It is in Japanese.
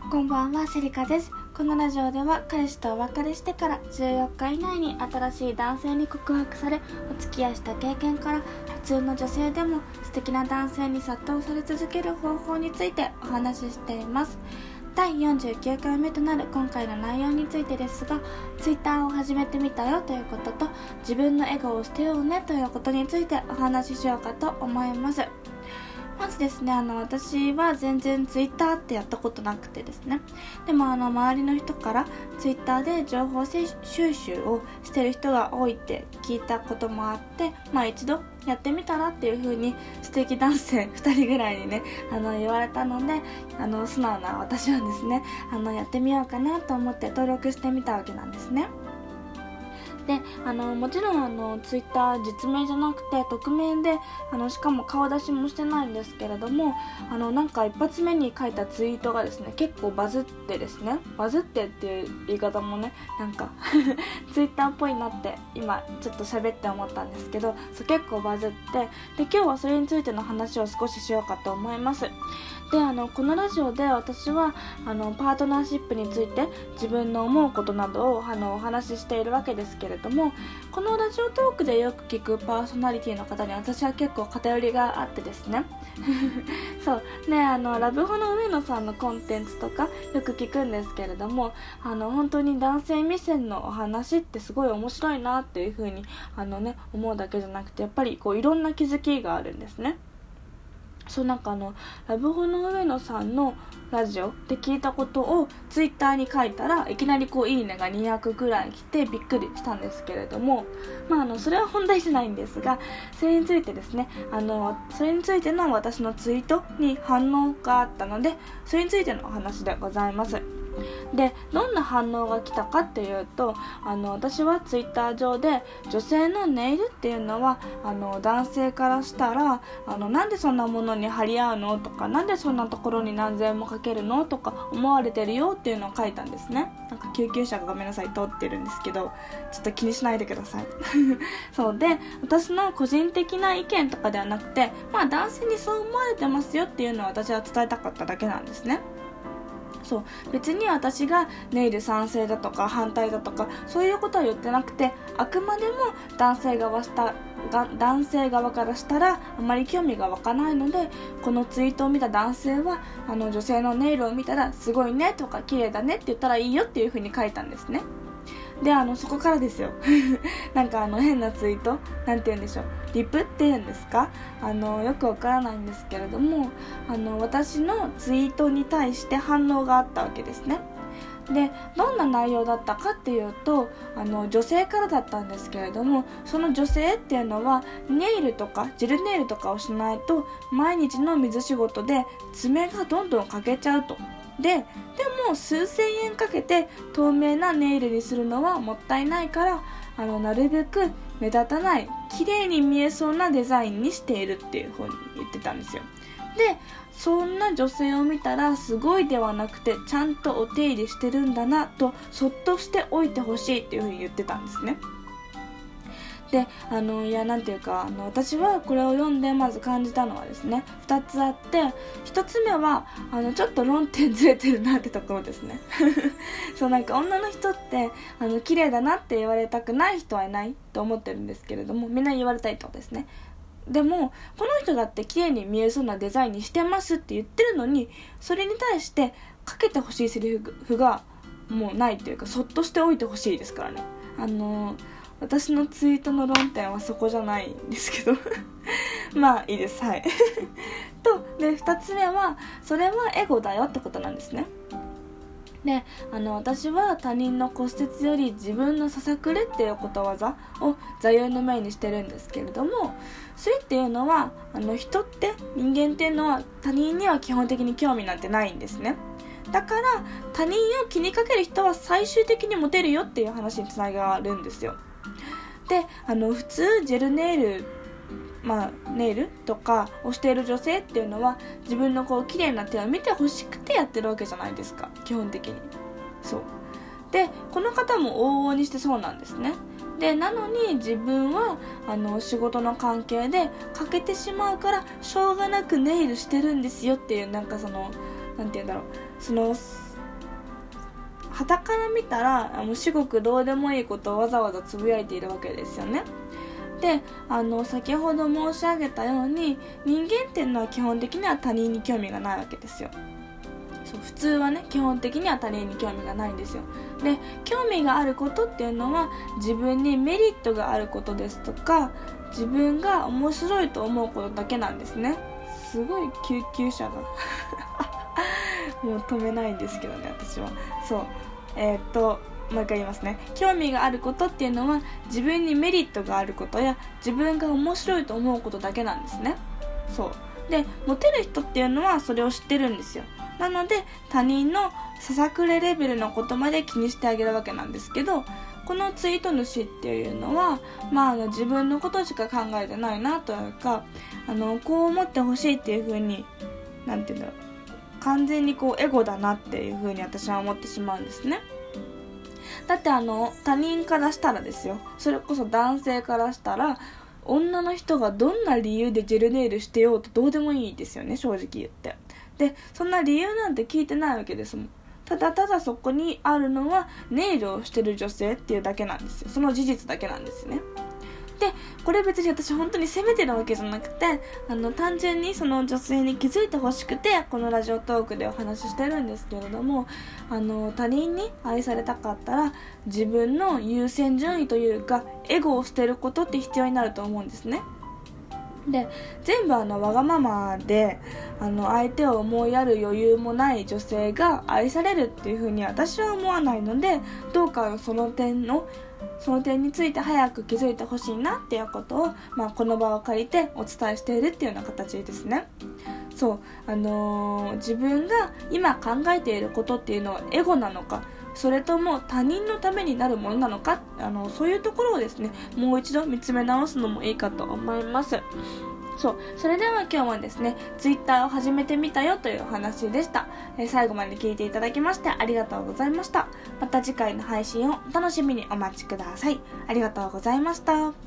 こんばんは、セリカです。このラジオでは彼氏とお別れしてから14日以内に新しい男性に告白されお付き合いした経験から、普通の女性でも素敵な男性に殺到され続ける方法についてお話ししています。第49回目となる今回の内容についてですが、ツイッターを始めてみたよということと、自分のエゴを捨てようねということについてお話ししようかと思います。まずですね、私は全然ツイッターってやったことなくてですね、でも周りの人からツイッターで情報収集をしてる人が多いって聞いたこともあって、一度やってみたらっていう風に素敵男性2人ぐらいにね言われたので、素直な私はですねやってみようかなと思って登録してみたわけなんですね。でもちろんツイッター実名じゃなくて匿名でしかも顔出しもしてないんですけれども、なんか一発目に書いたツイートがですね結構バズってですね、バズってっていう言い方もねなんかツイッターっぽいなって今ちょっと喋って思ったんですけど、結構バズって、で今日はそれについての話を少ししようかと思います。でこのラジオで私はパートナーシップについて自分の思うことなどをお話ししているわけですけれども、このラジオトークでよく聞くパーソナリティの方に私は結構偏りがあってですねそうね、ラブホの上野さんのコンテンツとかよく聞くんですけれども、本当に男性目線のお話ってすごい面白いなっていう風に思うだけじゃなくて、やっぱりいろんな気づきがあるんですね。そうなんかラブホの上野さんのラジオで聞いたことをツイッターに書いたらいきなりいいねが200くらい来てびっくりしたんですけれども、それは本題じゃないんですが、それについてですねそれについての私のツイートに反応があったので、それについてのお話でございます。でどんな反応が来たかっていうと、私はツイッター上で女性のネイルっていうのは男性からしたらなんでそんなものに張り合うのとか、なんでそんなところに何千円もかけるのとか思われてるよっていうのを書いたんですね。なんか救急車がごめんなさい通ってるんですけど、ちょっと気にしないでくださいそうで、私の個人的な意見とかではなくて、男性にそう思われてますよっていうのを私は伝えたかっただけなんですね。そう別に私がネイル賛成だとか反対だとかそういうことは言ってなくて、あくまでも男性側からしたらあまり興味が湧かないので、このツイートを見た男性は女性のネイルを見たらすごいねとか綺麗だねって言ったらいいよっていう風に書いたんですね。でそこからですよなんか変なツイートなんて言うんでしょう、リプって言うんですか、よくわからないんですけれども私のツイートに対して反応があったわけですね。でどんな内容だったかっていうと女性からだったんですけれども、その女性っていうのはネイルとかジェルネイルとかをしないと毎日の水仕事で爪がどんどん欠けちゃうと。でも数千円かけて透明なネイルにするのはもったいないからなるべく目立たない綺麗に見えそうなデザインにしているっていう風に言ってたんですよ。でそんな女性を見たらすごいではなくてちゃんとお手入れしてるんだなとそっとしておいてほしいっていう風に言ってたんですね。でいやなんていうか私はこれを読んでまず感じたのはですね2つあって、1つ目はちょっと論点ずれてるなってところですねそうなんか女の人って綺麗だなって言われたくない人はいないと思ってるんですけれども、みんな言われたいってことですね。でもこの人だって綺麗に見えそうなデザインにしてますって言ってるのに、それに対してかけてほしいセリフがもうないというか、そっとしておいてほしいですからね。私のツイートの論点はそこじゃないんですけどいいです、はいとで2つ目はそれはエゴだよってことなんですね。で私は他人の骨折より自分のささくれっていうことわざを座右の銘にしてるんですけれども、それっていうのは人間っていうのは他人には基本的に興味なんてないんですね。だから他人を気にかける人は最終的にモテるよっていう話につながるんですよ。で普通ジェルネイルネイルとかをしている女性っていうのは自分の綺麗な手を見てほしくてやってるわけじゃないですか、基本的に。そうでこの方も往々にしてそうなんですね。でなのに自分は仕事の関係で欠けてしまうからしょうがなくネイルしてるんですよっていう、なんかなんて言うんだろう、 傍から見たらもう至極どうでもいいことをわざわざつぶやいているわけですよね。で先ほど申し上げたように人間っていうのは基本的には他人に興味がないわけですよ。そう普通はね基本的には他人に興味がないんですよ。で興味があることっていうのは自分にメリットがあることですとか自分が面白いと思うことだけなんですね。すごい救急車がもう止めないんですけどね私は。そうもう一回言いますね。興味があることっていうのは自分にメリットがあることや自分が面白いと思うことだけなんですね。そうでモテる人っていうのはそれを知ってるんですよ。なので他人のささくれレベルのことまで気にしてあげるわけなんですけど、このツイート主っていうのは、自分のことしか考えてないなというかこう思ってほしいっていう風になんていうんだろう、完全にエゴだなっていう風に私は思ってしまうんですね。だって他人からしたらですよ、それこそ男性からしたら女の人がどんな理由でジェルネイルしてようとどうでもいいですよね、正直言って。でそんな理由なんて聞いてないわけですもん。ただただそこにあるのはネイルをしてる女性っていうだけなんですよ。その事実だけなんですね。でこれ別に私本当に責めてるわけじゃなくて単純にその女性に気づいてほしくてこのラジオトークでお話ししてるんですけれども、他人に愛されたかったら自分の優先順位というかエゴを捨てることって必要になると思うんですね。で全部わがままで相手を思いやる余裕もない女性が愛されるっていう風に私は思わないので、どうかその点について早く気づいてほしいなっていうことを、この場を借りてお伝えしているっていうような形ですね。そう自分が今考えていることっていうのはエゴなのか、それとも他人のためになるものなのか、そういうところをですねもう一度見つめ直すのもいいかと思います。それでは今日はですねツイッターを始めてみたよというお話でした。最後まで聞いていただきましてありがとうございました。また次回の配信をお楽しみにお待ちください。ありがとうございました。